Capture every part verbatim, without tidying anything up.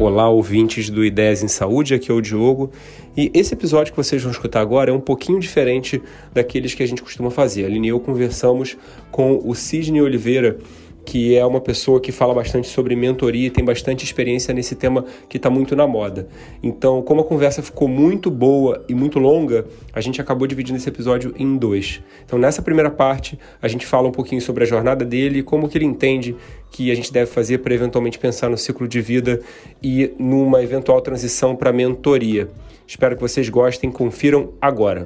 Olá, ouvintes do Ideias em Saúde, aqui é o Diogo. E esse episódio que vocês vão escutar agora é um pouquinho diferente daqueles que a gente costuma fazer. A Aline e eu conversamos com o Sidney Oliveira, que é uma pessoa que fala bastante sobre mentoria e tem bastante experiência nesse tema que está muito na moda. Então, como a conversa ficou muito boa e muito longa, a gente acabou dividindo esse episódio em dois. Então, nessa primeira parte, a gente fala um pouquinho sobre a jornada dele e como que ele entende que a gente deve fazer para eventualmente pensar no ciclo de vida e numa eventual transição para mentoria. Espero que vocês gostem, confiram agora.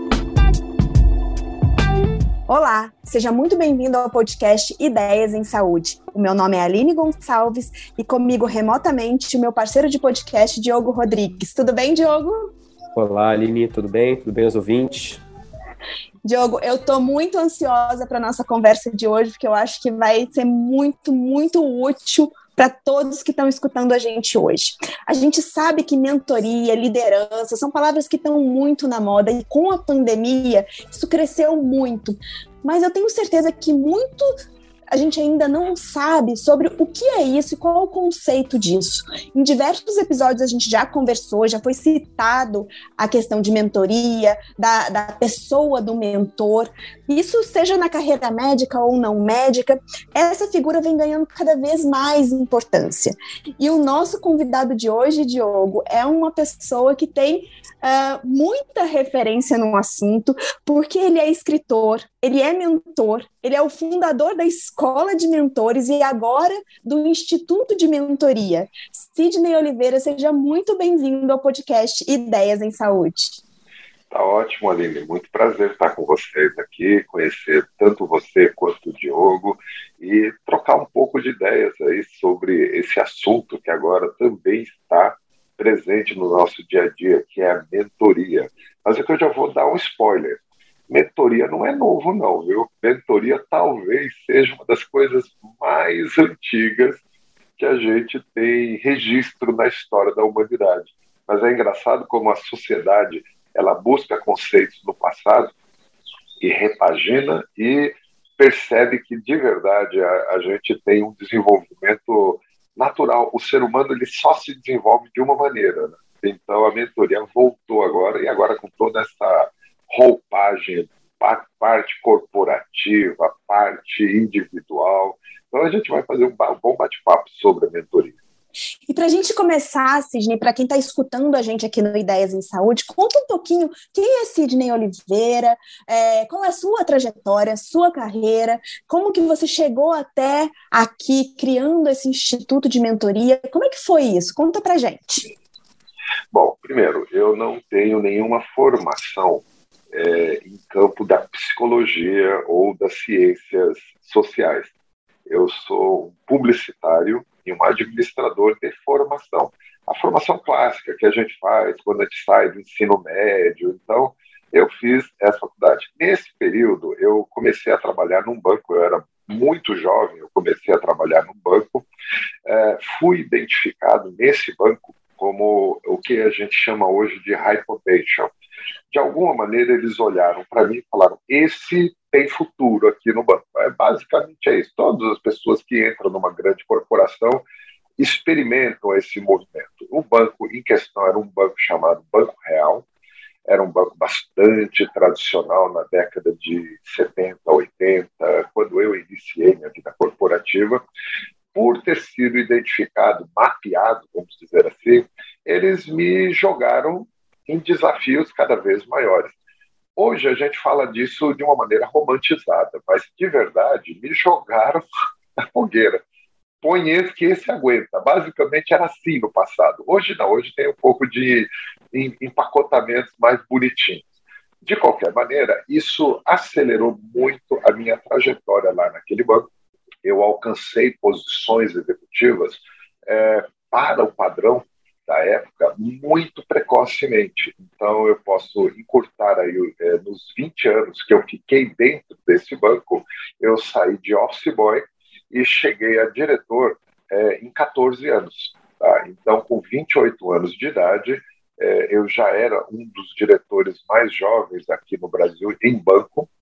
Olá, seja muito bem-vindo ao podcast Ideias em Saúde. O meu nome é Aline Gonçalves e comigo remotamente o meu parceiro de podcast, Diogo Rodrigues. Tudo bem, Diogo? Olá, Aline, tudo bem? Tudo bem, os ouvintes? Diogo, eu estou muito ansiosa para a nossa conversa de hoje, porque eu acho que vai ser muito, muito útil para todos que estão escutando a gente hoje. A gente sabe que mentoria, liderança, são palavras que estão muito na moda e com a pandemia isso cresceu muito. Mas eu tenho certeza que muito a gente ainda não sabe sobre o que é isso e qual é o conceito disso. Em diversos episódios a gente já conversou, já foi citado a questão de mentoria, da, da pessoa do mentor. Isso seja na carreira médica ou não médica, essa figura vem ganhando cada vez mais importância. E o nosso convidado de hoje, Diogo, é uma pessoa que tem uh, muita referência no assunto, porque ele é escritor, ele é mentor, ele é o fundador da Escola de Mentores e agora do Instituto de Mentoria. Sidney Oliveira, seja muito bem-vindo ao podcast Ideias em Saúde. Tá ótimo, Aline. Muito prazer estar com vocês aqui, conhecer tanto você quanto o Diogo e trocar um pouco de ideias aí sobre esse assunto que agora também está presente no nosso dia a dia, que é a mentoria. Mas é que eu já vou dar um spoiler. Mentoria não é novo, não, viu? Mentoria talvez seja uma das coisas mais antigas que a gente tem registro na história da humanidade. Mas é engraçado como a sociedade ela busca conceitos do passado e repagina e percebe que, de verdade, a, a gente tem um desenvolvimento natural. O ser humano ele só se desenvolve de uma maneira, né? Então, a mentoria voltou agora, e agora com toda essa roupagem, parte corporativa, parte individual. Então, a gente vai fazer um bom bate-papo sobre a mentoria. E para a gente começar, Sidney, para quem está escutando a gente aqui no Ideias em Saúde, conta um pouquinho quem é Sidney Oliveira, é, qual é a sua trajetória, sua carreira, como que você chegou até aqui criando esse instituto de mentoria, como é que foi isso? Conta para a gente. Bom, primeiro, eu não tenho nenhuma formação é, em campo da psicologia ou das ciências sociais. Eu sou um publicitário e um administrador de formação. A formação clássica que a gente faz quando a gente sai do ensino médio. Então, eu fiz essa faculdade. Nesse período, eu comecei a trabalhar num banco. Eu era muito jovem, eu comecei a trabalhar num banco. É, fui identificado nesse banco como o que a gente chama hoje de high potential. De alguma maneira, eles olharam para mim e falaram, esse tem futuro aqui no banco. É, basicamente é isso. Todas as pessoas que entram numa grande corporação experimentam esse movimento. O banco em questão era um banco chamado Banco Real, era um banco bastante tradicional na década de setenta, oitenta, quando eu iniciei minha vida corporativa. Por ter sido identificado, mapeado, vamos dizer assim, eles me jogaram em desafios cada vez maiores. Hoje a gente fala disso de uma maneira romantizada, mas de verdade me jogaram na fogueira. Põe esse que esse aguenta. Basicamente era assim no passado. Hoje não, hoje tem um pouco de empacotamentos mais bonitinhos. De qualquer maneira, isso acelerou muito a minha trajetória lá naquele banco. Eu alcancei posições executivas é, para o padrão da época muito precocemente. Então, eu posso encurtar aí, é, nos vinte anos que eu fiquei dentro desse banco, eu saí de office boy e cheguei a diretor é, em catorze anos. Tá? Então, com vinte e oito anos de idade, é, eu já era um dos diretores mais jovens aqui no Brasil em banco,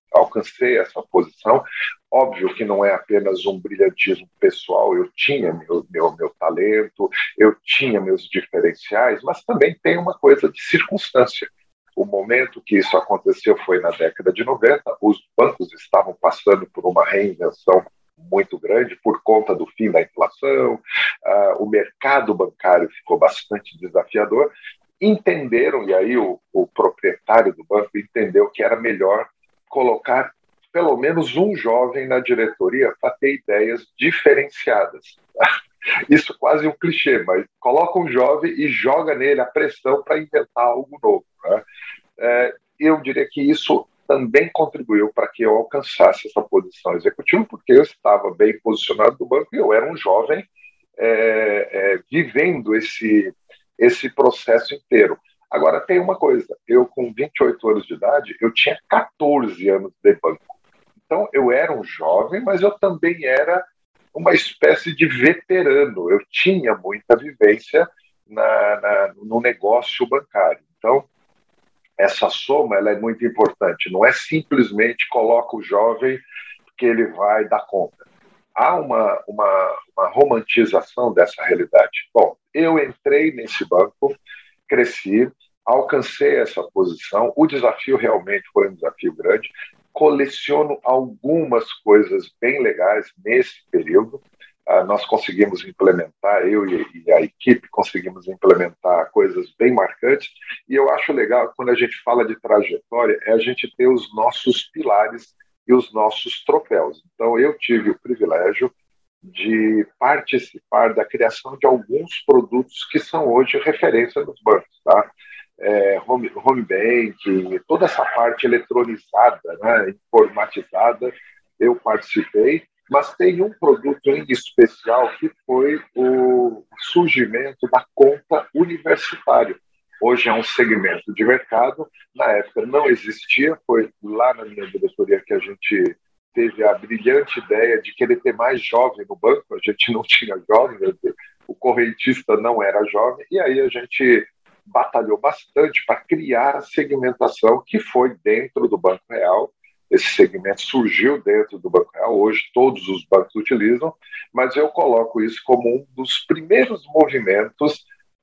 alcancei essa posição. Óbvio que não é apenas um brilhantismo pessoal, eu tinha meu, meu, meu talento, eu tinha meus diferenciais, mas também tem uma coisa de circunstância. O momento que isso aconteceu foi na década de noventa, os bancos estavam passando por uma reinvenção muito grande por conta do fim da inflação, uh, o mercado bancário ficou bastante desafiador, entenderam, e aí o, o proprietário do banco entendeu que era melhor colocar pelo menos um jovem na diretoria para ter ideias diferenciadas. Isso quase um clichê, mas coloca um jovem e joga nele a pressão para inventar algo novo. Né? É, eu diria que isso também contribuiu para que eu alcançasse essa posição executiva, porque eu estava bem posicionado no banco e eu era um jovem é, é, vivendo esse, esse processo inteiro. Agora, tem uma coisa, eu com vinte e oito anos de idade, eu tinha catorze anos de banco. Então, eu era um jovem, mas eu também era uma espécie de veterano. Eu tinha muita vivência na, na, no negócio bancário. Então, essa soma ela é muito importante. Não é simplesmente coloca o jovem que ele vai dar conta. Há uma, uma, uma romantização dessa realidade. Bom, eu entrei nesse banco, cresci, alcancei essa posição. O desafio realmente foi um desafio grande. Coleciono algumas coisas bem legais nesse período. Uh, nós conseguimos implementar, eu e, e a equipe conseguimos implementar coisas bem marcantes, e eu acho legal, quando a gente fala de trajetória, é a gente ter os nossos pilares e os nossos troféus. Então, eu tive o privilégio de participar da criação de alguns produtos que são hoje referência nos bancos, tá? É, home, home banking, toda essa parte eletronizada, né, informatizada, eu participei, mas tem um produto em especial que foi o surgimento da conta universitária. Hoje é um segmento de mercado, na época não existia, foi lá na minha diretoria que a gente teve a brilhante ideia de querer ter mais jovem no banco, a gente não tinha jovem, o correntista não era jovem, e aí a gente batalhou bastante para criar a segmentação que foi dentro do Banco Real. Esse segmento surgiu dentro do Banco Real, hoje todos os bancos utilizam, mas eu coloco isso como um dos primeiros movimentos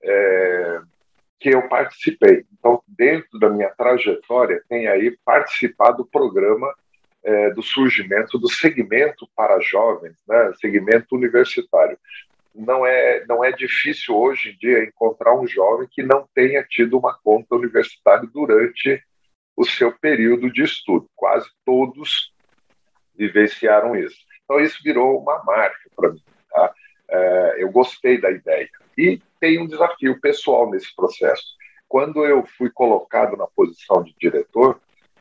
é, que eu participei. Então, dentro da minha trajetória, tem aí participado do programa é, do surgimento do segmento para jovens, né, segmento universitário. Não é, não é difícil hoje em dia encontrar um jovem que não tenha tido uma conta universitária durante o seu período de estudo. Quase todos vivenciaram isso. Então, isso virou uma marca para mim. Tá? É, eu gostei da ideia. E tem um desafio pessoal nesse processo. Quando eu fui colocado na posição de diretor,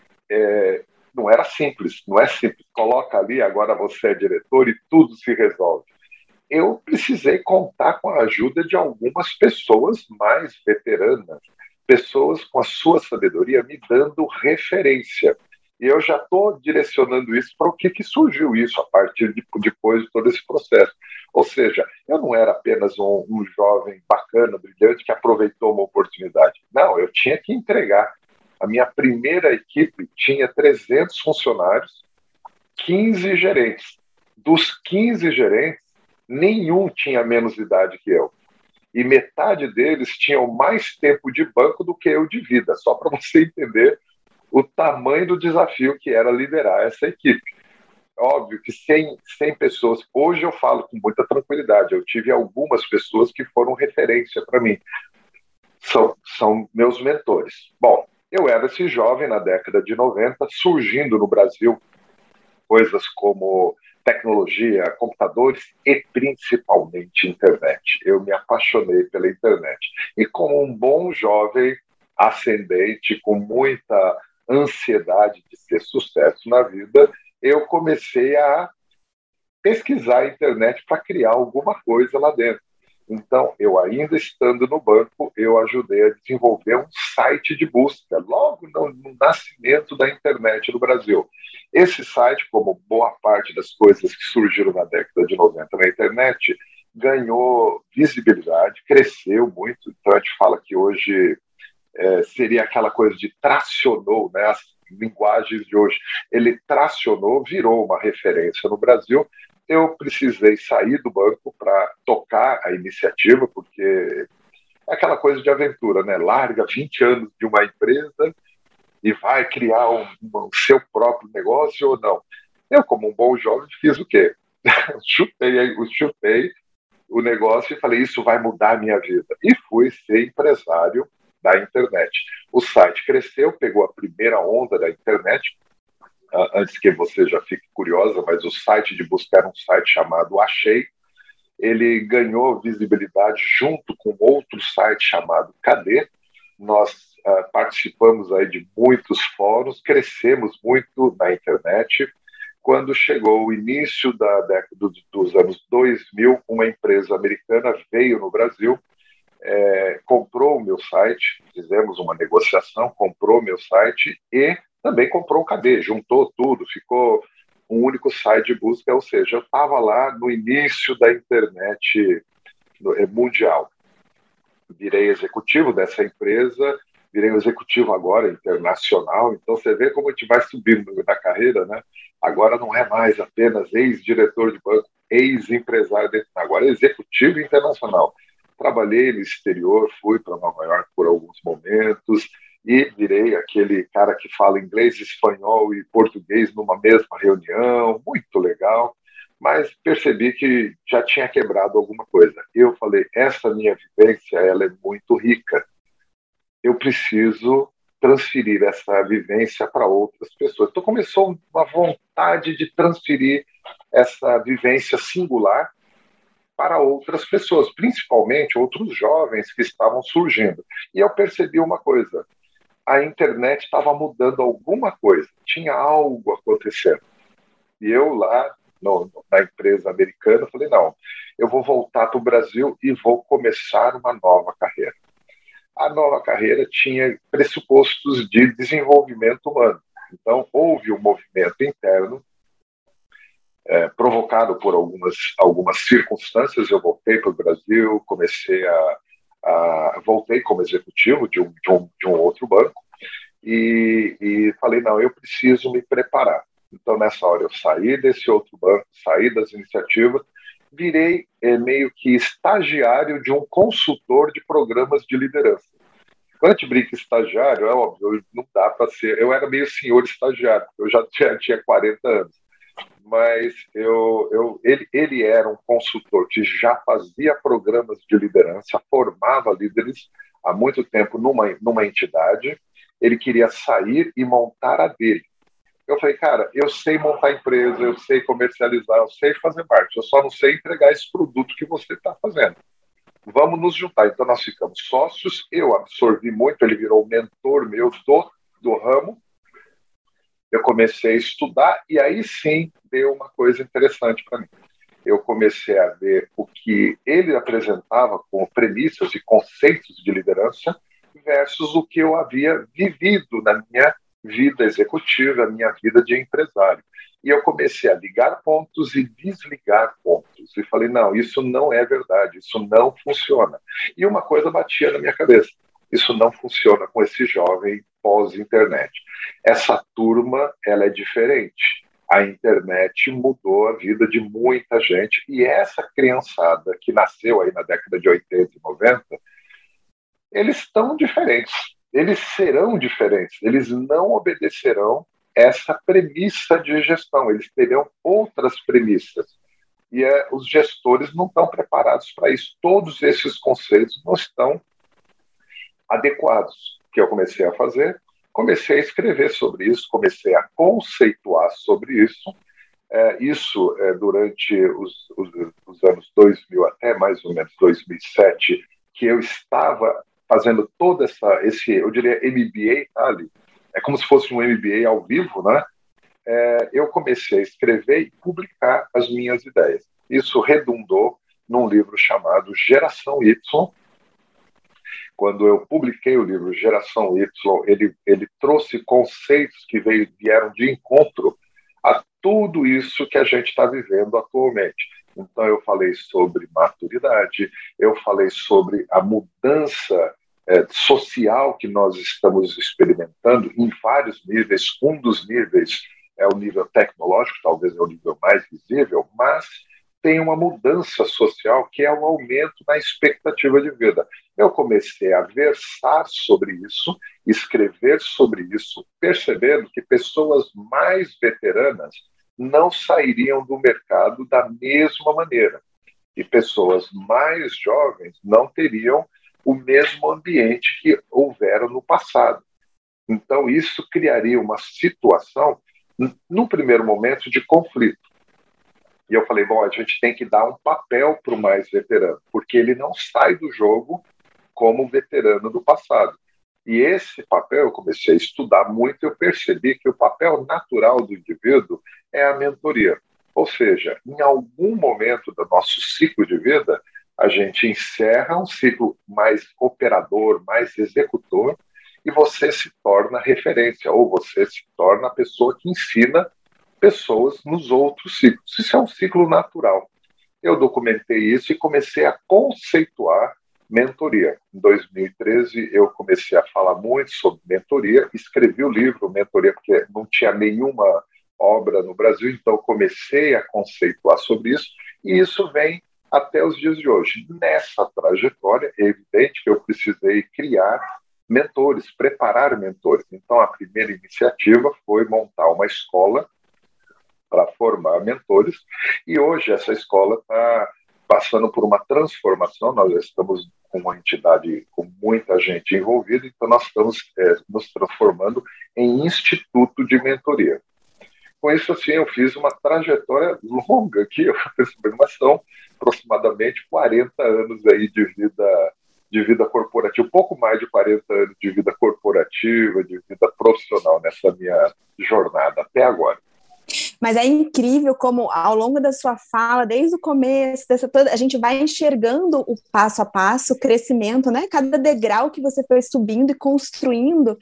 é, não era simples, não é simples. Coloca ali, agora você é diretor e tudo se resolve. Eu precisei contar com a ajuda de algumas pessoas mais veteranas, pessoas com a sua sabedoria me dando referência. E eu já estou direcionando isso para o que, que surgiu isso a partir de depois de todo esse processo. Ou seja, eu não era apenas um, um jovem bacana, brilhante, que aproveitou uma oportunidade. Não, eu tinha que entregar. A minha primeira equipe tinha trezentos funcionários, quinze gerentes. Dos quinze gerentes, nenhum tinha menos idade que eu. E metade deles tinham mais tempo de banco do que eu de vida, só para você entender o tamanho do desafio que era liderar essa equipe. Óbvio que cem, cem pessoas, hoje eu falo com muita tranquilidade, eu tive algumas pessoas que foram referência para mim, são, são meus mentores. Bom, eu era esse jovem na década de noventa, surgindo no Brasil coisas como tecnologia, computadores e principalmente internet. Eu me apaixonei pela internet. E como um bom jovem ascendente, com muita ansiedade de ter sucesso na vida, eu comecei a pesquisar a internet para criar alguma coisa lá dentro. Então, eu ainda estando no banco, eu ajudei a desenvolver um site de busca, logo no, no nascimento da internet no Brasil. Esse site, como boa parte das coisas que surgiram na década de noventa na internet, ganhou visibilidade, cresceu muito. Então, a gente fala que hoje é, seria aquela coisa de tracionou, né? linguagens de hoje. Ele tracionou, virou uma referência no Brasil. Eu precisei sair do banco para tocar a iniciativa, porque é aquela coisa de aventura, né? Larga vinte anos de uma empresa e vai criar o um, um, seu próprio negócio ou não. Eu, como um bom jovem, fiz o quê? chutei, chutei o negócio e falei, isso vai mudar a minha vida. E fui ser empresário da internet. O site cresceu, pegou a primeira onda da internet. Antes que você já fique curiosa, mas o site de busca era um site chamado Achei. Ele ganhou visibilidade junto com outro site chamado Cadê. Nós uh, participamos aí de muitos fóruns, crescemos muito na internet. Quando chegou o início da década dos anos dois mil, uma empresa americana veio no Brasil, é, comprou o meu site, fizemos uma negociação, comprou o meu site e também comprou o Cadê, juntou tudo, ficou um único site de busca, ou seja, eu estava lá no início da internet mundial. Virei executivo dessa empresa, virei um executivo agora internacional, então você vê como a gente vai subindo na carreira, né? Agora não é mais apenas ex-diretor de banco, ex-empresário, agora é executivo internacional. Trabalhei no exterior, fui para Nova York por alguns momentos e virei aquele cara que fala inglês, espanhol e português numa mesma reunião, muito legal, mas percebi que já tinha quebrado alguma coisa. Eu falei, essa minha vivência ela é muito rica. Eu preciso transferir essa vivência para outras pessoas. Então começou uma vontade de transferir essa vivência singular para outras pessoas, principalmente outros jovens que estavam surgindo. E eu percebi uma coisa, a internet estava mudando alguma coisa, tinha algo acontecendo. E eu lá no, na empresa americana falei, não, eu vou voltar para o Brasil e vou começar uma nova carreira. A nova carreira tinha pressupostos de desenvolvimento humano. Então, houve um movimento interno, é, provocado por algumas, algumas circunstâncias. Eu voltei para o Brasil, comecei a, a... Voltei como executivo de um, de um, de um outro banco e, e falei, não, eu preciso me preparar. Então, nessa hora, eu saí desse outro banco, saí das iniciativas, virei é, meio que estagiário de um consultor de programas de liderança. Quando a gente brinca estagiário, é óbvio, não dá para ser... Eu era meio senhor estagiário, eu já tinha, tinha quarenta anos. Mas eu, eu, ele, ele era um consultor que já fazia programas de liderança, formava líderes há muito tempo numa, numa entidade. Ele queria sair e montar a dele. Eu falei, cara, eu sei montar empresa, eu sei comercializar, eu sei fazer marketing, eu só não sei entregar esse produto que você está fazendo. Vamos nos juntar. Então, nós ficamos sócios, eu absorvi muito, ele virou mentor meu do, do ramo. Eu comecei a estudar e aí sim deu uma coisa interessante para mim. Eu comecei a ver o que ele apresentava como premissas e conceitos de liderança versus o que eu havia vivido na minha vida executiva, a minha vida de empresário. E eu comecei a ligar pontos e desligar pontos. E falei, não, isso não é verdade, isso não funciona. E uma coisa batia na minha cabeça, isso não funciona com esse jovem pós-internet. Essa turma, ela é diferente. A internet mudou a vida de muita gente. E essa criançada que nasceu aí na década de oitenta e noventa, eles estão diferentes. Eles serão diferentes, eles não obedecerão essa premissa de gestão, eles terão outras premissas. E é, os gestores não estão preparados para isso. Todos esses conceitos não estão adequados. O que eu comecei a fazer? Comecei a escrever sobre isso, comecei a conceituar sobre isso. É, isso é, durante os, os, os anos dois mil até mais ou menos dois mil e sete, que eu estava fazendo toda essa, esse, eu diria, M B A, ali, é como se fosse um M B A ao vivo, né? É, eu comecei a escrever e publicar as minhas ideias. Isso redundou num livro chamado Geração Y. Quando eu publiquei o livro Geração Y, ele, ele trouxe conceitos que veio, vieram de encontro a tudo isso que a gente está vivendo atualmente. Então, eu falei sobre maturidade, eu falei sobre a mudança é, social que nós estamos experimentando em vários níveis. Um dos níveis é o nível tecnológico, talvez é o nível mais visível, mas tem uma mudança social que é um aumento na expectativa de vida. Eu comecei a versar sobre isso, escrever sobre isso, percebendo que pessoas mais veteranas não sairiam do mercado da mesma maneira. E pessoas mais jovens não teriam o mesmo ambiente que houvera no passado. Então, isso criaria uma situação, no primeiro momento, de conflito. E eu falei, bom, a gente tem que dar um papel para o mais veterano, porque ele não sai do jogo como veterano do passado. E esse papel, eu comecei a estudar muito, eu percebi que o papel natural do indivíduo é a mentoria. Ou seja, em algum momento do nosso ciclo de vida, a gente encerra um ciclo mais operador, mais executor, e você se torna referência, ou você se torna a pessoa que ensina pessoas nos outros ciclos. Isso é um ciclo natural. Eu documentei isso e comecei a conceituar mentoria. Em dois mil e treze, eu comecei a falar muito sobre mentoria, escrevi o livro Mentoria, porque não tinha nenhuma obra no Brasil, então comecei a conceituar sobre isso, e isso vem até os dias de hoje. Nessa trajetória, é evidente que eu precisei criar mentores, preparar mentores. Então, a primeira iniciativa foi montar uma escola para formar mentores, e hoje essa escola está passando por uma transformação. Nós já estamos com uma entidade com muita gente envolvida, então nós estamos é, nos transformando em instituto de mentoria. Com isso, assim, eu fiz uma trajetória longa aqui, mas são aproximadamente quarenta anos aí de vida, de vida corporativa, um pouco mais de quarenta anos de vida corporativa, de vida profissional nessa minha jornada até agora. Mas é incrível como, ao longo da sua fala, desde o começo, dessa toda, a gente vai enxergando o passo a passo, o crescimento, né? Cada degrau que você foi subindo e construindo.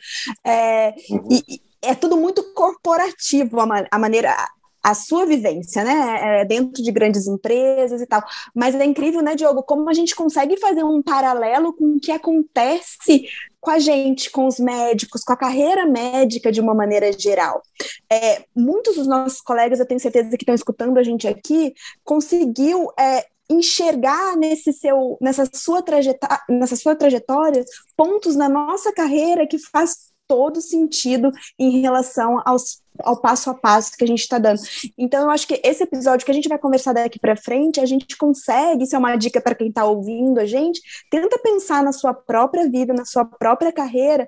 É, uhum. e, é tudo muito corporativo, a, man- a maneira... a sua vivência, né, dentro de grandes empresas e tal, mas é incrível, né, Diogo, como a gente consegue fazer um paralelo com o que acontece com a gente, com os médicos, com a carreira médica de uma maneira geral. É, muitos dos nossos colegas, eu tenho certeza que estão escutando a gente aqui, conseguiu é, enxergar nesse seu, nessa, sua trajetória, nessa sua trajetória pontos na nossa carreira que faz todo sentido em relação aos ao passo a passo que a gente está dando. Então, eu acho que esse episódio que a gente vai conversar daqui para frente, a gente consegue, isso é uma dica para quem está ouvindo a gente, tenta pensar na sua própria vida, na sua própria carreira,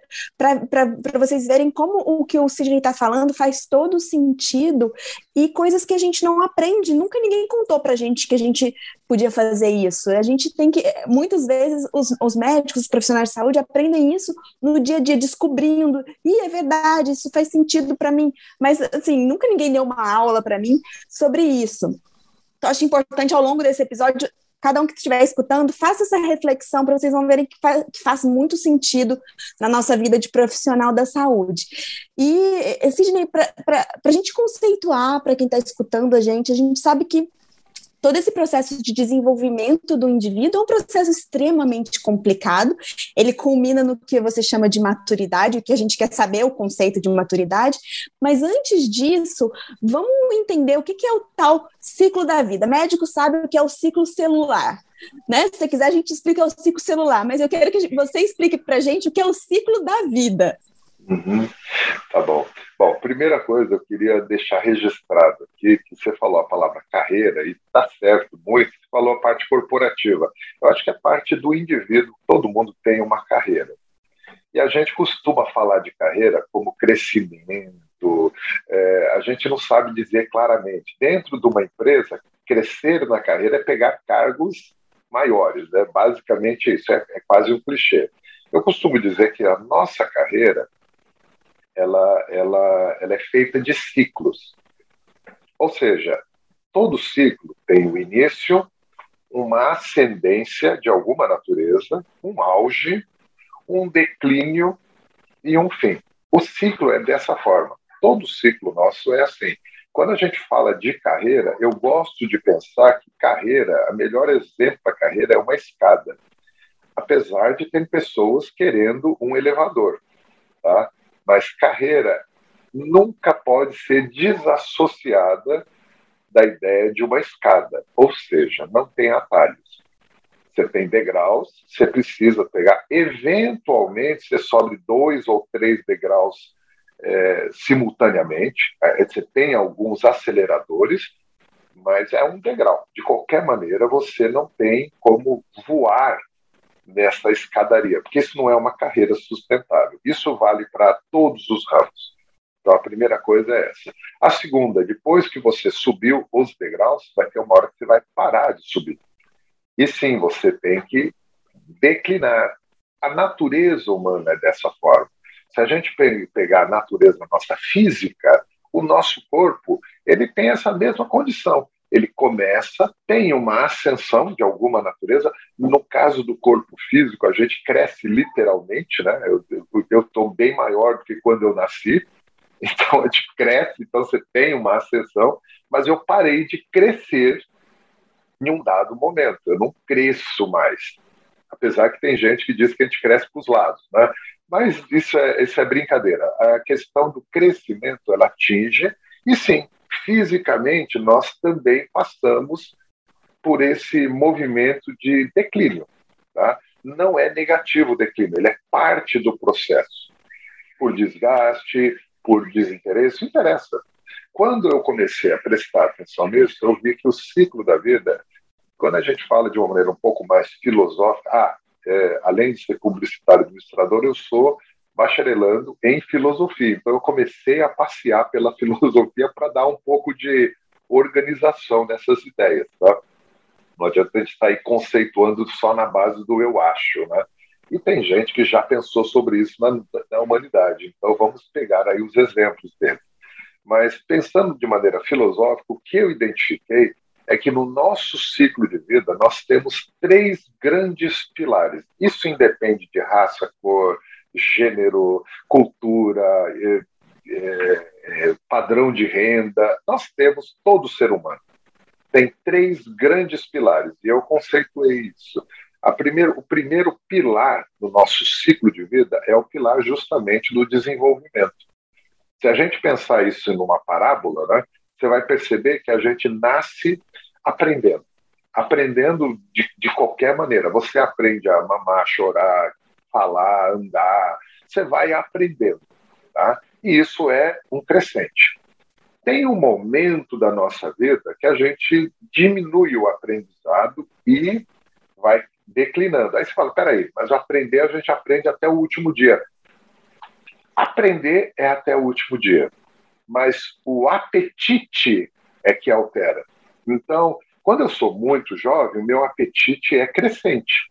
para vocês verem como o que o Sidney está falando faz todo sentido e coisas que a gente não aprende, nunca ninguém contou para a gente que a gente podia fazer isso. A gente tem que, muitas vezes, os, os médicos, os profissionais de saúde aprendem isso no dia a dia, descobrindo, e é verdade, isso faz sentido para mim. Mas, assim, nunca ninguém deu uma aula para mim sobre isso. Então, acho importante, ao longo desse episódio, cada um que estiver escutando, faça essa reflexão para vocês vão verem que faz, que faz muito sentido na nossa vida de profissional da saúde. E, Sidney, para a gente conceituar, para quem está escutando a gente, a gente sabe que todo esse processo de desenvolvimento do indivíduo é um processo extremamente complicado. Ele culmina no que você chama de maturidade, o que a gente quer saber é o conceito de maturidade. Mas antes disso, vamos entender o que é o tal ciclo da vida. Médico sabe o que é o ciclo celular, né? Se você quiser, a gente explica o ciclo celular, mas eu quero que você explique para a gente o que é o ciclo da vida. Uhum. Tá bom. Bom, primeira coisa, eu queria deixar registrado aqui que você falou a palavra carreira, e tá certo, muito, você falou a parte corporativa. Eu acho que a parte do indivíduo, todo mundo tem uma carreira. E a gente costuma falar de carreira como crescimento, é, a gente não sabe dizer claramente. Dentro de uma empresa, crescer na carreira é pegar cargos maiores, né? Basicamente isso, é, é quase um clichê. Eu costumo dizer que a nossa carreira Ela, ela, ela é feita de ciclos. Ou seja, todo ciclo tem um início, uma ascendência de alguma natureza, um auge, um declínio e um fim. O ciclo é dessa forma. Todo ciclo nosso é assim. Quando a gente fala de carreira, eu gosto de pensar que carreira, o melhor exemplo da carreira é uma escada. apesar de ter pessoas querendo um elevador, tá? Mas carreira nunca pode ser desassociada da ideia de uma escada, ou seja, não tem atalhos. Você tem degraus, você precisa pegar, eventualmente você sobe dois ou três degraus é, simultaneamente, é, você tem alguns aceleradores, mas é um degrau. De qualquer maneira, você não tem como voar nessa escadaria, porque isso não é uma carreira sustentável. Isso vale para todos os ramos. Então, a primeira coisa é essa. A segunda, depois que você subiu os degraus, vai ter uma hora que você vai parar de subir. E sim, você tem que declinar. A natureza humana é dessa forma. Se a gente pegar a natureza nossa física, o nosso corpo ele tem essa mesma condição. Ele começa, tem uma ascensão de alguma natureza. No caso do corpo físico, a gente cresce literalmente, né? Eu estou bem maior do que quando eu nasci, então a gente cresce, então você tem uma ascensão, mas eu parei de crescer em um dado momento. Eu não cresço mais. Apesar que tem gente que diz que a gente cresce para os lados, né? Mas isso é, isso é brincadeira. A questão do crescimento, ela atinge, e sim, fisicamente nós também passamos por esse movimento de declínio, tá? Não é negativo o declínio, ele é parte do processo. Por desgaste, por desinteresse, interessa. Quando eu comecei a prestar atenção nisso, eu vi que o ciclo da vida, quando a gente fala de uma maneira um pouco mais filosófica, ah, é, além de ser publicitário e administrador, eu sou bacharelando em filosofia. Então, eu comecei a passear pela filosofia para dar um pouco de organização nessas ideias. Tá? Não adianta a gente estar aí conceituando só na base do eu acho. Né? E tem gente que já pensou sobre isso na, na humanidade. Então, vamos pegar aí os exemplos deles. Mas, pensando de maneira filosófica, o que eu identifiquei é que no nosso ciclo de vida nós temos três grandes pilares. Isso independe de raça, cor, gênero, cultura, é, é, padrão de renda. Nós temos todo ser humano. Tem três grandes pilares, e eu conceituei isso. A primeiro, o primeiro pilar do nosso ciclo de vida é o pilar justamente do desenvolvimento. Se a gente pensar isso numa parábola, né, você vai perceber que a gente nasce aprendendo. Aprendendo de, de qualquer maneira. Você aprende a mamar, chorar, falar, andar. Você vai aprendendo. Tá? E isso é um crescente. Tem um momento da nossa vida que a gente diminui o aprendizado e vai declinando. Aí você fala, peraí, mas aprender a gente aprende até o último dia. Aprender é até o último dia. Mas o apetite é que altera. Então, quando eu sou muito jovem, o meu apetite é crescente.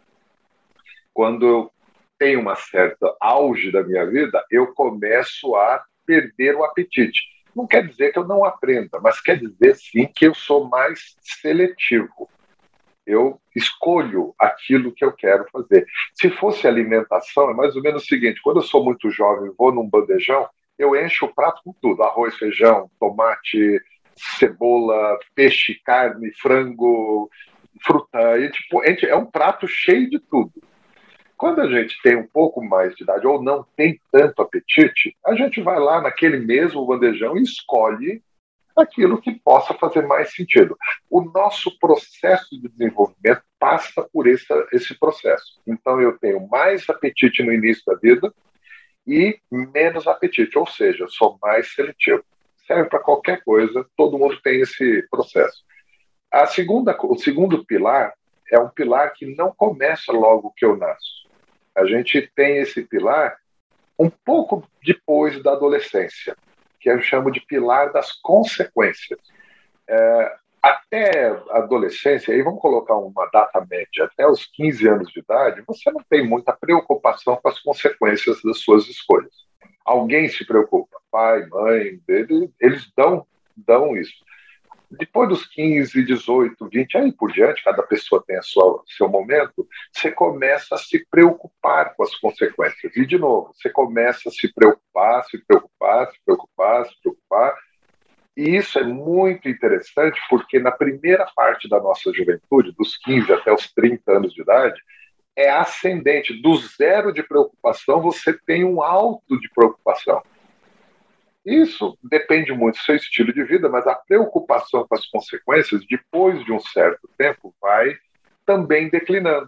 Quando eu tenho uma certa auge da minha vida, eu começo a perder o apetite. Não quer dizer que eu não aprenda, mas quer dizer, sim, que eu sou mais seletivo. Eu escolho aquilo que eu quero fazer. Se fosse alimentação, é mais ou menos o seguinte, quando eu sou muito jovem, vou num bandejão, eu encho o prato com tudo, arroz, feijão, tomate, cebola, peixe, carne, frango, fruta, e, tipo, é um prato cheio de tudo. Quando a gente tem um pouco mais de idade ou não tem tanto apetite, a gente vai lá naquele mesmo bandejão e escolhe aquilo que possa fazer mais sentido. O nosso processo de desenvolvimento passa por esse, esse processo. Então eu tenho mais apetite no início da vida e menos apetite, ou seja, sou mais seletivo. Serve para qualquer coisa, todo mundo tem esse processo. A segunda, o segundo pilar é um pilar que não começa logo que eu nasço. A gente tem esse pilar um pouco depois da adolescência, que eu chamo de pilar das consequências. É, até a adolescência, aí vamos colocar uma data média, até os quinze anos de idade, você não tem muita preocupação com as consequências das suas escolhas. Alguém se preocupa, pai, mãe, eles, eles dão, dão isso. Depois dos quinze, dezoito, vinte, aí por diante, cada pessoa tem a sua, seu momento, você começa a se preocupar com as consequências. E, de novo, você começa a se preocupar, se preocupar, se preocupar, se preocupar. E isso é muito interessante porque na primeira parte da nossa juventude, dos quinze até os trinta anos de idade, é ascendente. Do zero de preocupação, você tem um alto de preocupação. Isso depende muito do seu estilo de vida, mas a preocupação com as consequências, depois de um certo tempo, vai também declinando.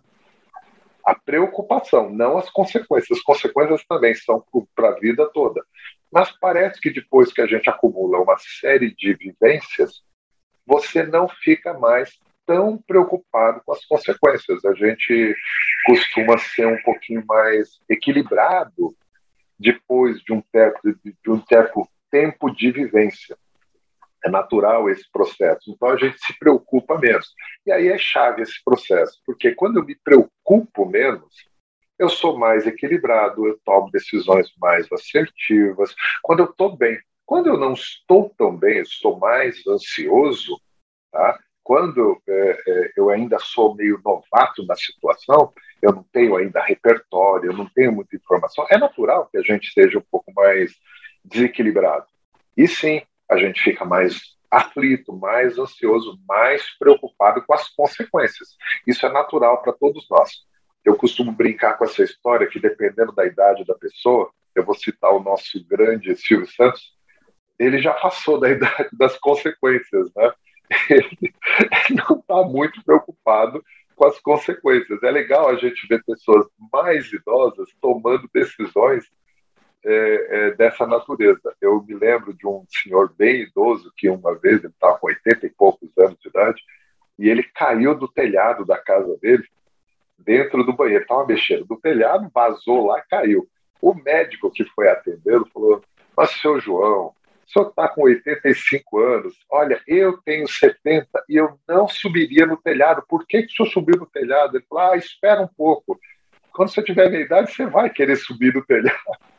A preocupação, não as consequências. As consequências também são para a vida toda. Mas parece que depois que a gente acumula uma série de vivências, você não fica mais tão preocupado com as consequências. A gente costuma ser um pouquinho mais equilibrado depois de um certo, de um certo tempo de vivência. É natural esse processo. Então, a gente se preocupa menos. E aí é chave esse processo, porque quando eu me preocupo menos, eu sou mais equilibrado, eu tomo decisões mais assertivas. Quando eu estou bem. Quando eu não estou tão bem, eu estou mais ansioso, tá? Quando é, é, eu ainda sou meio novato na situação, eu não tenho ainda repertório, eu não tenho muita informação, é natural que a gente seja um pouco mais desequilibrado. E sim, a gente fica mais aflito, mais ansioso, mais preocupado com as consequências. Isso é natural para todos nós. Eu costumo brincar com essa história que, dependendo da idade da pessoa, eu vou citar o nosso grande Silvio Santos, ele já passou da idade das consequências, né? Ele não está muito preocupado com as consequências. É legal a gente ver pessoas mais idosas tomando decisões é, é, dessa natureza. Eu me lembro de um senhor bem idoso que uma vez, ele estava com oitenta e poucos anos de idade, e ele caiu do telhado da casa dele, dentro do banheiro. Estava mexendo do telhado, vazou lá, caiu. O médico que foi atendê-lo falou: mas, seu João, o senhor está com oitenta e cinco anos, olha, eu tenho setenta e eu não subiria no telhado. Por que, que o senhor subiu no telhado? Ele falou: ah, espera um pouco. Quando você tiver minha idade, você vai querer subir no telhado.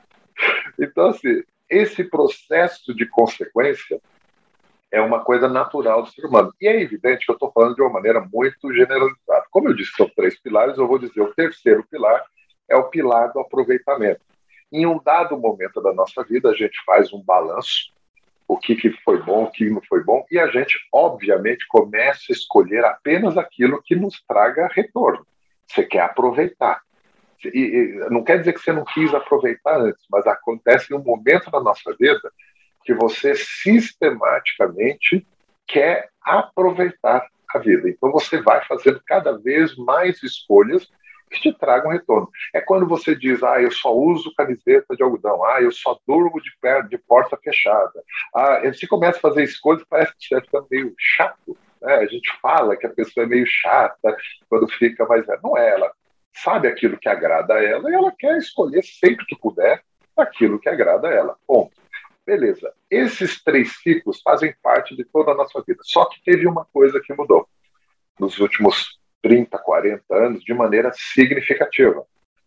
Então, assim, esse processo de consequência é uma coisa natural do ser humano. E é evidente que eu estou falando de uma maneira muito generalizada. Como eu disse, são três pilares, eu vou dizer o terceiro pilar é o pilar do aproveitamento. Em um dado momento da nossa vida, a gente faz um balanço, o que, que foi bom, o que não foi bom, e a gente, obviamente, começa a escolher apenas aquilo que nos traga retorno. Você quer aproveitar. E, e, não quer dizer que você não quis aproveitar antes, mas acontece em um momento da nossa vida que você sistematicamente quer aproveitar a vida. Então você vai fazendo cada vez mais escolhas que te tragam retorno. É quando você diz: ah, eu só uso camiseta de algodão, ah, eu só durmo de perna, de porta fechada. Ah, você começa a fazer escolhas, parece que você fica meio chato, né? A gente fala que a pessoa é meio chata quando fica mais velha. Não é, ela sabe aquilo que agrada a ela e ela quer escolher sempre que puder aquilo que agrada a ela. Ponto. Beleza. Esses três ciclos fazem parte de toda a nossa vida. Só que teve uma coisa que mudou nos últimos trinta, quarenta anos de maneira significativa.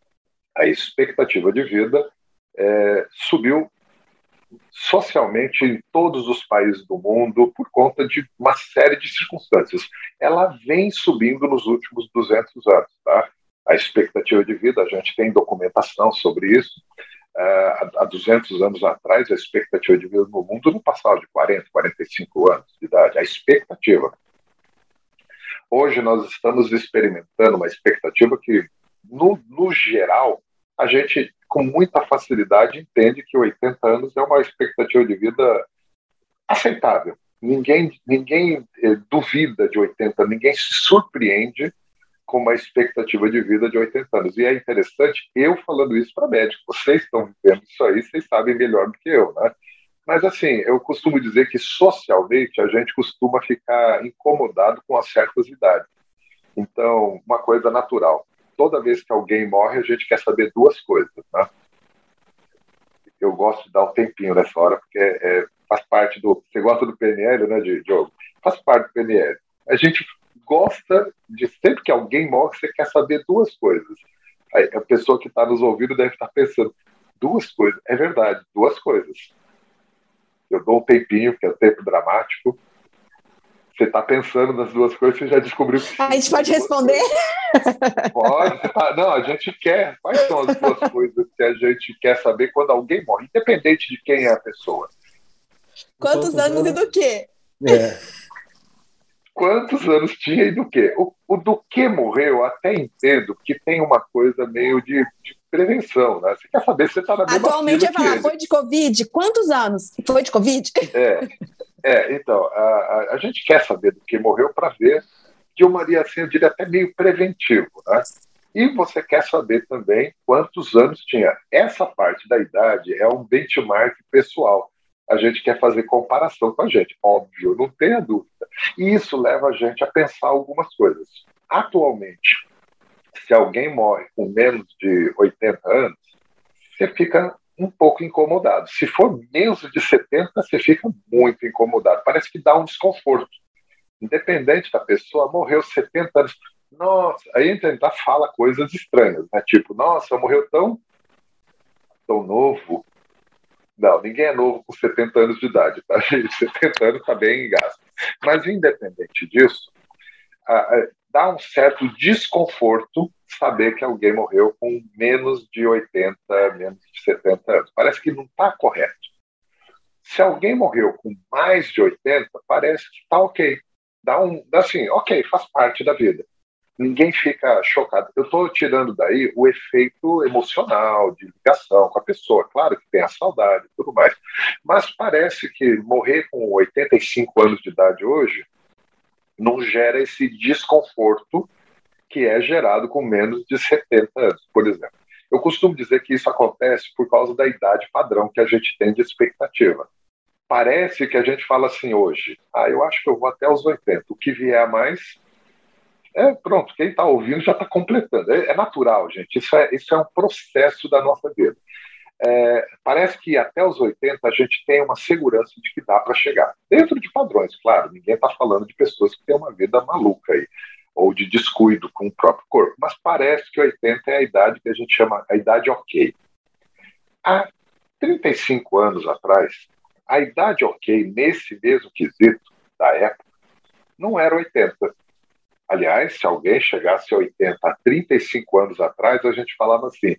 A expectativa de vida é, subiu socialmente em todos os países do mundo por conta de uma série de circunstâncias. Ela vem subindo nos últimos duzentos anos. Tá? A expectativa de vida, a gente tem documentação sobre isso. Uh, há duzentos anos atrás, a expectativa de vida no mundo não passava de quarenta, quarenta e cinco anos de idade. A expectativa. Hoje nós estamos experimentando uma expectativa que, no, no geral, a gente, com muita facilidade, entende que oitenta anos é uma expectativa de vida aceitável. Ninguém, ninguém eh, duvida de oitenta, ninguém se surpreende com uma expectativa de vida de oitenta anos. E é interessante, eu falando isso para médicos, vocês estão vivendo isso aí, vocês sabem melhor do que eu, né? Mas, assim, eu costumo dizer que, socialmente, a gente costuma ficar incomodado com as certas idades. Então, uma coisa natural. Toda vez que alguém morre, a gente quer saber duas coisas, né? Eu gosto de dar um tempinho nessa hora, porque é, faz parte do... Você gosta do P N L, né, Diogo? Faz parte do P N L. A gente gosta de, sempre que alguém morre, você quer saber duas coisas. A pessoa que está nos ouvindo deve estar pensando: duas coisas. É verdade, duas coisas. Eu dou um tempinho, porque é um tempo dramático. Você está pensando nas duas coisas, você já descobriu que... A gente pode responder? Coisas. Pode. Ah, não, a gente quer. Quais são as duas coisas que a gente quer saber quando alguém morre, independente de quem é a pessoa? Quantos, Quantos anos, anos e do quê? É. quantos anos tinha e do quê? O, o do que morreu, eu até entendo que tem uma coisa meio de, de prevenção, né? Você quer saber se você está na mesma Atualmente fila eu ia que falar, ele. foi de Covid? Quantos anos? Foi de Covid? É, é então, a, a, a gente quer saber do que morreu para ver de uma maneira assim, eu diria até meio preventivo, né? E você quer saber também quantos anos tinha. Essa parte da idade é um benchmark pessoal. A gente quer fazer comparação com a gente, óbvio, não tenha dúvida. E isso leva a gente a pensar algumas coisas. Atualmente, se alguém morre com menos de oitenta anos, você fica um pouco incomodado. Se for menos de setenta, você fica muito incomodado. Parece que dá um desconforto. Independente da pessoa, morreu setenta anos. Nossa, aí a gente fala coisas estranhas, né? Tipo, nossa, morreu tão, tão novo. Não, ninguém é novo com setenta anos de idade, tá, gente? setenta anos está bem gasto. Mas, independente disso, a, a, dá um certo desconforto saber que alguém morreu com menos de oitenta, menos de setenta anos. Parece que não está correto. Se alguém morreu com mais de oitenta, parece que está ok. Dá um, dá assim, ok, faz parte da vida. Ninguém fica chocado. Eu estou tirando daí o efeito emocional, de ligação com a pessoa. Claro que tem a saudade e tudo mais. Mas parece que morrer com oitenta e cinco anos de idade hoje não gera esse desconforto que é gerado com menos de setenta anos, por exemplo. Eu costumo dizer que isso acontece por causa da idade padrão que a gente tem de expectativa. Parece que a gente fala assim hoje, ah, eu acho que eu vou até os oitenta. O que vier a mais... É, pronto, quem está ouvindo já está completando. É, é natural, gente. Isso é, isso é um processo da nossa vida. É, parece que até os oitenta a gente tem uma segurança de que dá para chegar. Dentro de padrões, claro. Ninguém está falando de pessoas que têm uma vida maluca aí, ou de descuido com o próprio corpo. Mas parece que oitenta é a idade que a gente chama a idade ok. Há trinta e cinco anos atrás, a idade ok, nesse mesmo quesito da época, não era oitenta. Aliás, se alguém chegasse a oitenta há trinta e cinco anos atrás, a gente falava assim,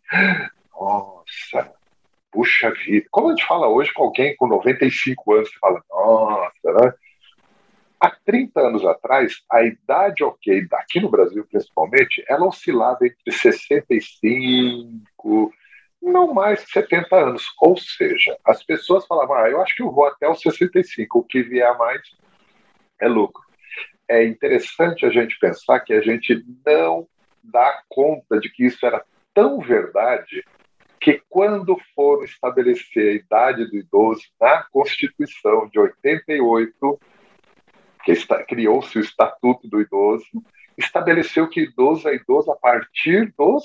nossa, puxa vida. Como a gente fala hoje com alguém com noventa e cinco anos, você fala, nossa, né? Há trinta anos atrás, a idade ok, aqui no Brasil principalmente, ela oscilava entre sessenta e cinco, não mais de setenta anos. Ou seja, as pessoas falavam, ah, eu acho que eu vou até os sessenta e cinco, o que vier a mais é lucro. É interessante a gente pensar que a gente não dá conta de que isso era tão verdade que quando foram estabelecer a idade do idoso na Constituição de oitenta e oito, que está, criou-se o Estatuto do Idoso, estabeleceu que idoso é idoso a partir dos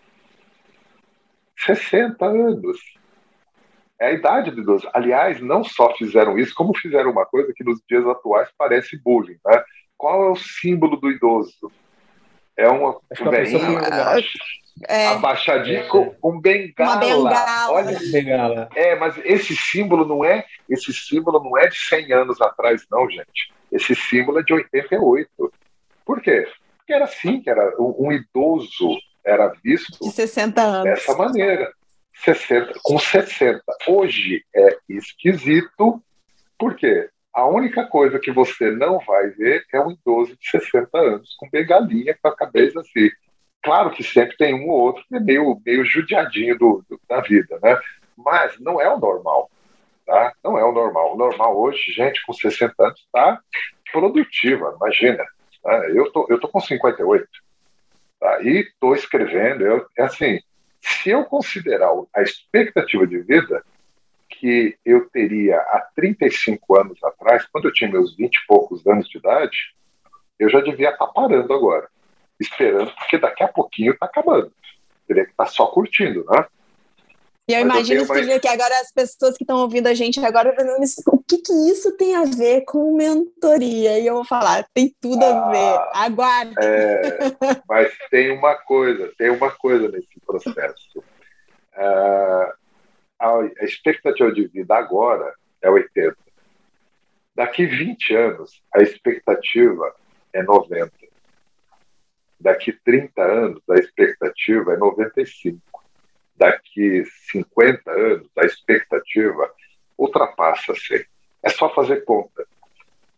sessenta anos. É a idade do idoso. Aliás, não só fizeram isso, como fizeram uma coisa que nos dias atuais parece bullying, né? Qual é o símbolo do idoso? É uma velhinha é, abaixadinha é, com, com bengala. Uma bengala. Olha, bengala. É, mas esse símbolo não é, esse símbolo não é de cem anos atrás, não, gente. Esse símbolo é de oitenta e oito. Por quê? Porque era assim que era um, um idoso era visto de sessenta anos. dessa maneira, sessenta, com sessenta. Hoje é esquisito, por quê? A única coisa que você não vai ver é um idoso de sessenta anos com bengalinha, com a cabeça assim. Claro que sempre tem um ou outro que é meio, meio judiadinho do, do, da vida, né? Mas não é o normal, tá? Não é o normal. O normal hoje, gente com sessenta anos está produtiva, imagina. Tá? Eu tô, eu tô com cinquenta e oito, tá? E estou escrevendo. Eu, é assim, se eu considerar a expectativa de vida que eu teria há trinta e cinco anos atrás, quando eu tinha meus vinte e poucos anos de idade, eu já devia estar parando agora, esperando, porque daqui a pouquinho está acabando. Teria que estar só curtindo, né? E eu Mas imagino eu mais... mais... que agora as pessoas que estão ouvindo a gente agora, o que, que isso tem a ver com mentoria? E eu vou falar, tem tudo ah, a ver, aguarde. É, mas tem uma coisa, tem uma coisa nesse processo. Uh, a expectativa de vida agora é oitenta. Daqui vinte anos, a expectativa é noventa. Daqui trinta anos, a expectativa é noventa e cinco. Daqui cinquenta anos, a expectativa ultrapassa cem. É só fazer conta.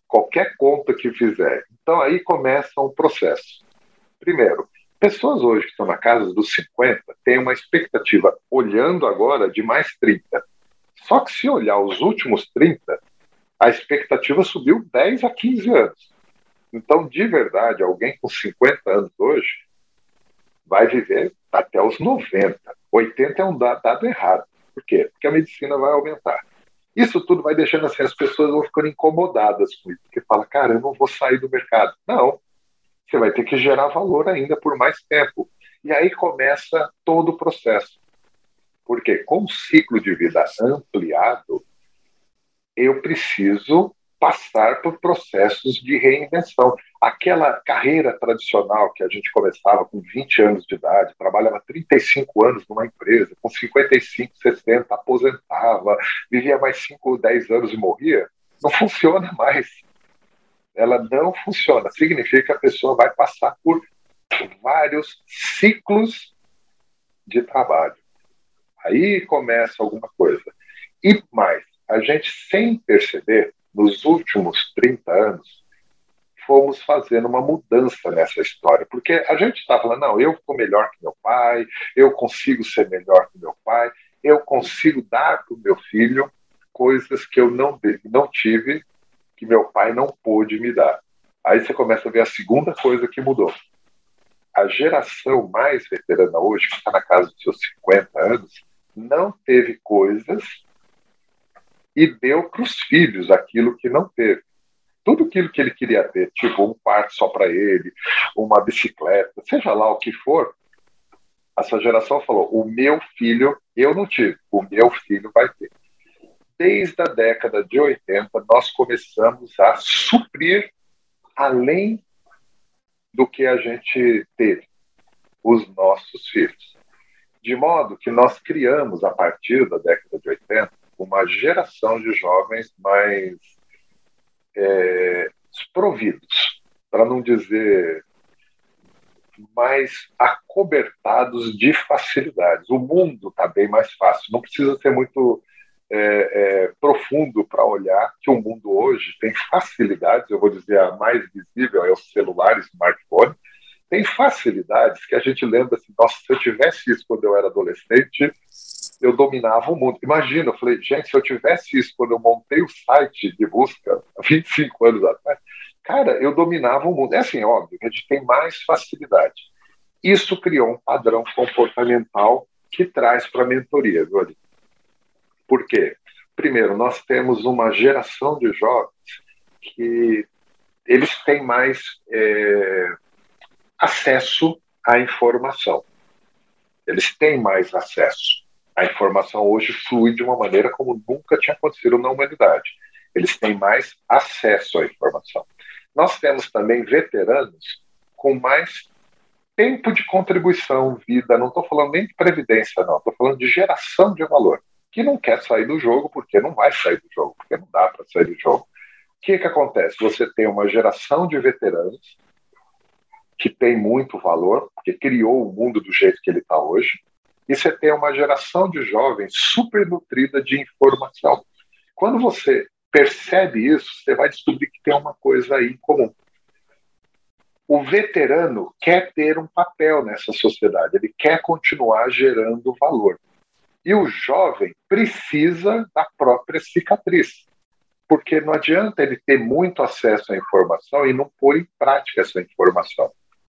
qualquer conta que fizer. Então aí começa um processo. Primeiro, pessoas hoje que estão na casa dos cinquenta têm uma expectativa, olhando agora, de mais trinta. Só que se olhar os últimos trinta, a expectativa subiu dez a quinze anos. Então, de verdade, alguém com cinquenta anos hoje vai viver até os noventa. oitenta é um dado errado. Por quê? Porque a medicina vai aumentar. Isso tudo vai deixando assim, as pessoas vão ficando incomodadas com isso, porque fala, cara, eu não vou sair do mercado. Não, você vai ter que gerar valor ainda por mais tempo. E aí começa todo o processo. Porque com o ciclo de vida ampliado, eu preciso passar por processos de reinvenção. Aquela carreira tradicional que a gente começava com vinte anos de idade, trabalhava trinta e cinco anos numa empresa, com cinquenta e cinco, sessenta, aposentava, vivia mais cinco, dez anos e morria, não funciona mais. Ela não funciona. Significa que a pessoa vai passar por vários ciclos de trabalho. Aí começa alguma coisa. E mais, a gente, sem perceber, nos últimos trinta anos, fomos fazendo uma mudança nessa história. Porque a gente está falando, não, eu vou melhor que meu pai, eu consigo ser melhor que meu pai, eu consigo dar para o meu filho coisas que eu não, não tive, que meu pai não pôde me dar. Aí você começa a ver a segunda coisa que mudou. A geração mais veterana hoje, que está na casa dos seus cinquenta anos, não teve coisas e deu para os filhos aquilo que não teve. Tudo aquilo que ele queria ter, tipo um quarto só para ele, uma bicicleta, seja lá o que for, essa geração falou, o meu filho, eu não tive, o meu filho vai ter. Desde a década de oitenta, nós começamos a suprir além do que a gente teve, os nossos filhos. De modo que nós criamos, a partir da década de oitenta, uma geração de jovens mais é, desprovidos, para não dizer mais acobertados de facilidades. O mundo está bem mais fácil, não precisa ser muito é, é, profundo para olhar que o mundo hoje tem facilidades, eu vou dizer a mais visível é o celular, smartphone, tem facilidades que a gente lembra assim, nossa, se eu tivesse isso quando eu era adolescente, eu dominava o mundo. Imagina, eu falei, gente, se eu tivesse isso quando eu montei o site de busca há vinte e cinco anos atrás, cara, eu dominava o mundo. É assim, óbvio, a gente tem mais facilidade. Isso criou um padrão comportamental que traz para a mentoria, viu, Aline? Por quê? Primeiro, nós temos uma geração de jovens que eles têm mais é, acesso à informação. Eles têm mais acesso. A informação hoje flui de uma maneira como nunca tinha acontecido na humanidade. Eles têm mais acesso à informação. Nós temos também veteranos com mais tempo de contribuição, vida. Não estou falando nem de previdência, não. Estou falando de geração de valor. Que não quer sair do jogo porque não vai sair do jogo, porque não dá para sair do jogo. O que, que acontece? Você tem uma geração de veteranos que tem muito valor, porque criou o mundo do jeito que ele está hoje, e você tem uma geração de jovens super nutrida de informação. Quando você percebe isso, você vai descobrir que tem uma coisa aí em comum. O veterano quer ter um papel nessa sociedade, ele quer continuar gerando valor. E o jovem precisa da própria cicatriz, porque não adianta ele ter muito acesso à informação e não pôr em prática essa informação.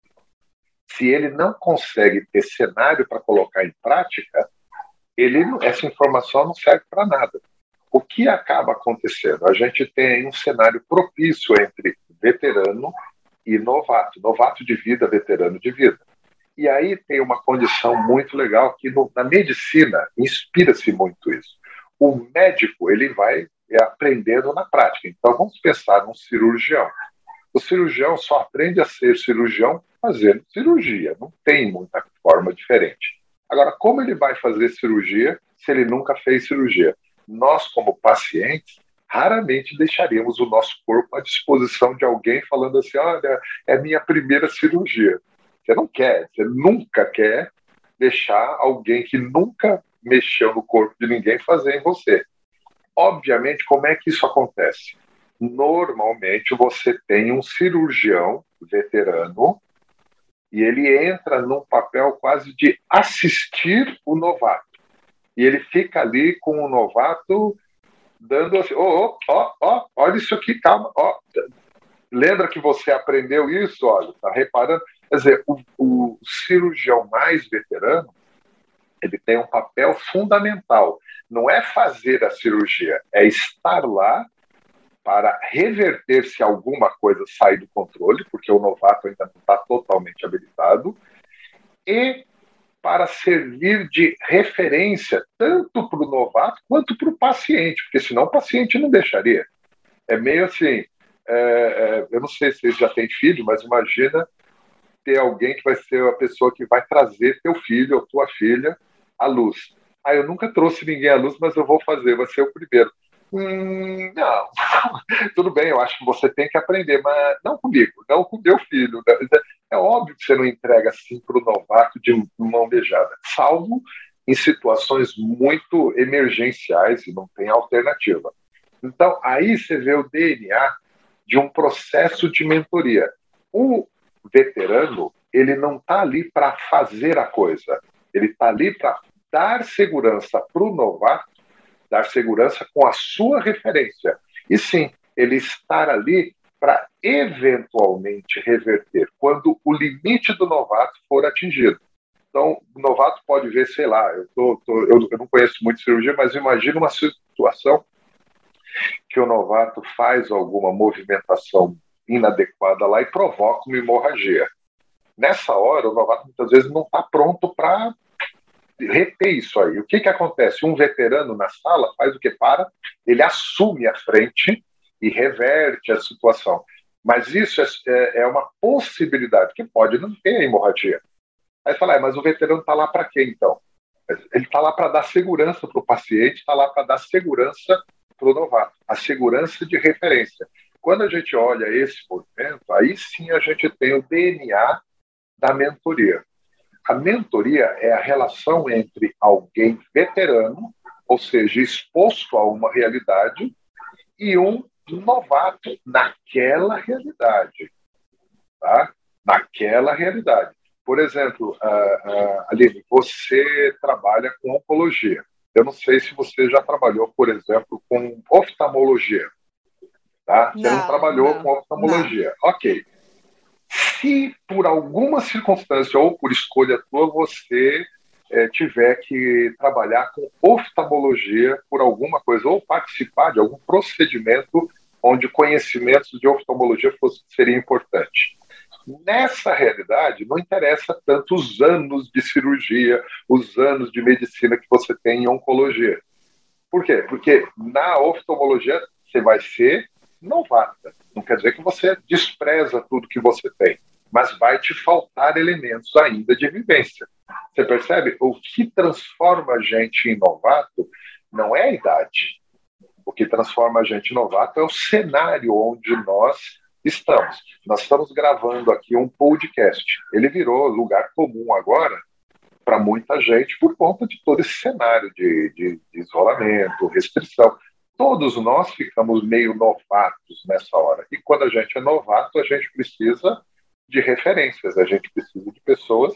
Se ele não consegue ter cenário para colocar em prática, ele, essa informação não serve para nada. O que acaba acontecendo? A gente tem um cenário propício entre veterano e novato. Novato de vida, veterano de vida. E aí tem uma condição muito legal que no, na medicina inspira-se muito isso. O médico ele vai aprendendo na prática. Então vamos pensar num cirurgião. O cirurgião só aprende a ser cirurgião fazendo cirurgia. Não tem muita forma diferente. Agora, como ele vai fazer cirurgia se ele nunca fez cirurgia? Nós, como pacientes, raramente deixaríamos o nosso corpo à disposição de alguém falando assim, olha, é minha primeira cirurgia. Você não quer, você nunca quer deixar alguém que nunca mexeu no corpo de ninguém fazer em você. Obviamente, como é que isso acontece? Normalmente você tem um cirurgião veterano e ele entra num papel quase de assistir o novato. E ele fica ali com o novato dando assim, ó, ó, ó, olha isso aqui, calma, ó. Lembra que você aprendeu isso? Olha, tá reparando? Quer dizer, o, o cirurgião mais veterano, ele tem um papel fundamental. Não é fazer a cirurgia, é estar lá para reverter se alguma coisa sai do controle, porque o novato ainda não está totalmente habilitado, e para servir de referência tanto para o novato quanto para o paciente, porque senão o paciente não deixaria. É meio assim, é, é, eu não sei se você já tem filho, mas imagina ter alguém que vai ser a pessoa que vai trazer teu filho ou tua filha à luz. Ah, eu nunca trouxe ninguém à luz, mas eu vou fazer, vai ser o primeiro. Hum, não, tudo bem, eu acho que você tem que aprender, mas não comigo, não com meu filho. É óbvio que você não entrega assim para o novato de mão beijada, salvo em situações muito emergenciais e não tem alternativa. Então, aí você vê o D N A de um processo de mentoria. O veterano, ele não está ali para fazer a coisa, ele está ali para dar segurança para o novato, dar segurança com a sua referência. E sim, ele estar ali para eventualmente reverter quando o limite do novato for atingido. Então, o novato pode ver, sei lá, eu, tô, tô, eu, eu não conheço muito cirurgia, mas imagina uma situação que o novato faz alguma movimentação inadequada lá e provoca uma hemorragia. Nessa hora, o novato muitas vezes não está pronto para reter isso aí. O que, que acontece? Um veterano na sala faz o que? Para, ele assume a frente e reverte a situação. Mas isso é, é uma possibilidade, que pode não ter hemorragia. Aí fala, é, mas o veterano está lá para quê, então? Ele está lá para dar segurança para o paciente, está lá para dar segurança para o novato, a segurança de referência. Quando a gente olha esse movimento, aí sim a gente tem o D N A da mentoria. A mentoria é a relação entre alguém veterano, ou seja, exposto a uma realidade, e um novato naquela realidade. Tá? Naquela realidade. Por exemplo, uh, uh, Aline, você trabalha com oncologia. Eu não sei se você já trabalhou, por exemplo, com oftalmologia. Tá? Você não, não trabalhou não, com oftalmologia. Não. Ok. Se por alguma circunstância ou por escolha tua você é, tiver que trabalhar com oftalmologia por alguma coisa, ou participar de algum procedimento onde conhecimentos de oftalmologia fosse, seria importante. Nessa realidade, não interessa tanto os anos de cirurgia, os anos de medicina que você tem em oncologia. Por quê? Porque na oftalmologia você vai ser novata. Não quer dizer que você despreza tudo que você tem, mas vai te faltar elementos ainda de vivência. Você percebe? O que transforma a gente em novato não é a idade. O que transforma a gente em novato é o cenário onde nós estamos. Nós estamos gravando aqui um podcast. Ele virou lugar comum agora para muita gente por conta de todo esse cenário de, de, de isolamento, restrição. Todos nós ficamos meio novatos nessa hora. E quando a gente é novato, a gente precisa de referências, a gente precisa de pessoas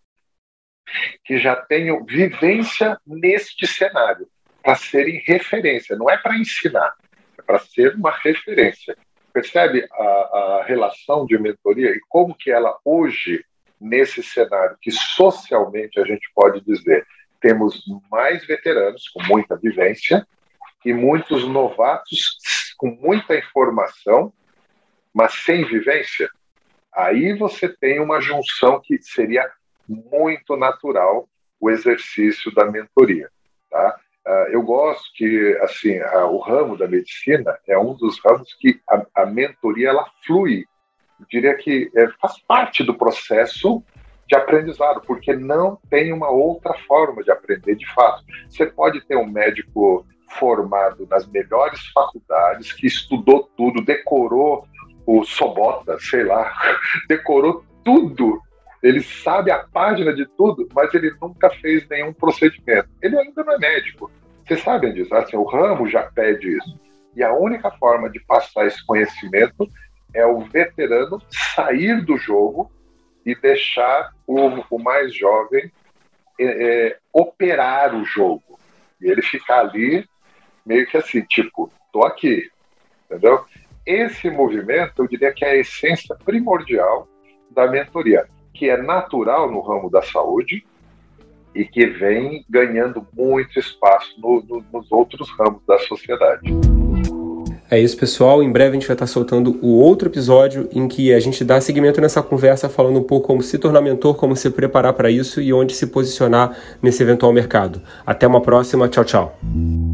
que já tenham vivência neste cenário, para serem referência. Não é para ensinar, é para ser uma referência. Percebe a, a relação de mentoria e como que ela hoje, nesse cenário que socialmente a gente pode dizer, temos mais veteranos com muita vivência e muitos novatos com muita informação, mas sem vivência. Aí você tem uma junção que seria muito natural o exercício da mentoria. Tá? Eu gosto que assim, o ramo da medicina é um dos ramos que a, a mentoria ela flui. Eu diria que é, faz parte do processo de aprendizado, porque não tem uma outra forma de aprender de fato. Você pode ter um médico formado nas melhores faculdades, que estudou tudo, decorou o Sobota, sei lá, decorou tudo. Ele sabe a página de tudo, mas ele nunca fez nenhum procedimento. Ele ainda não é médico. Vocês sabem disso? Assim, o ramo já pede isso. E a única forma de passar esse conhecimento é o veterano sair do jogo e deixar o, o mais jovem é, é, operar o jogo. E ele ficar ali meio que assim, tipo, tô aqui, entendeu? Esse movimento, eu diria que é a essência primordial da mentoria, que é natural no ramo da saúde e que vem ganhando muito espaço no, no, nos outros ramos da sociedade. É isso, pessoal. Em breve a gente vai estar soltando o outro episódio em que a gente dá seguimento nessa conversa, falando um pouco como se tornar mentor, como se preparar para isso e onde se posicionar nesse eventual mercado. Até uma próxima. Tchau, tchau.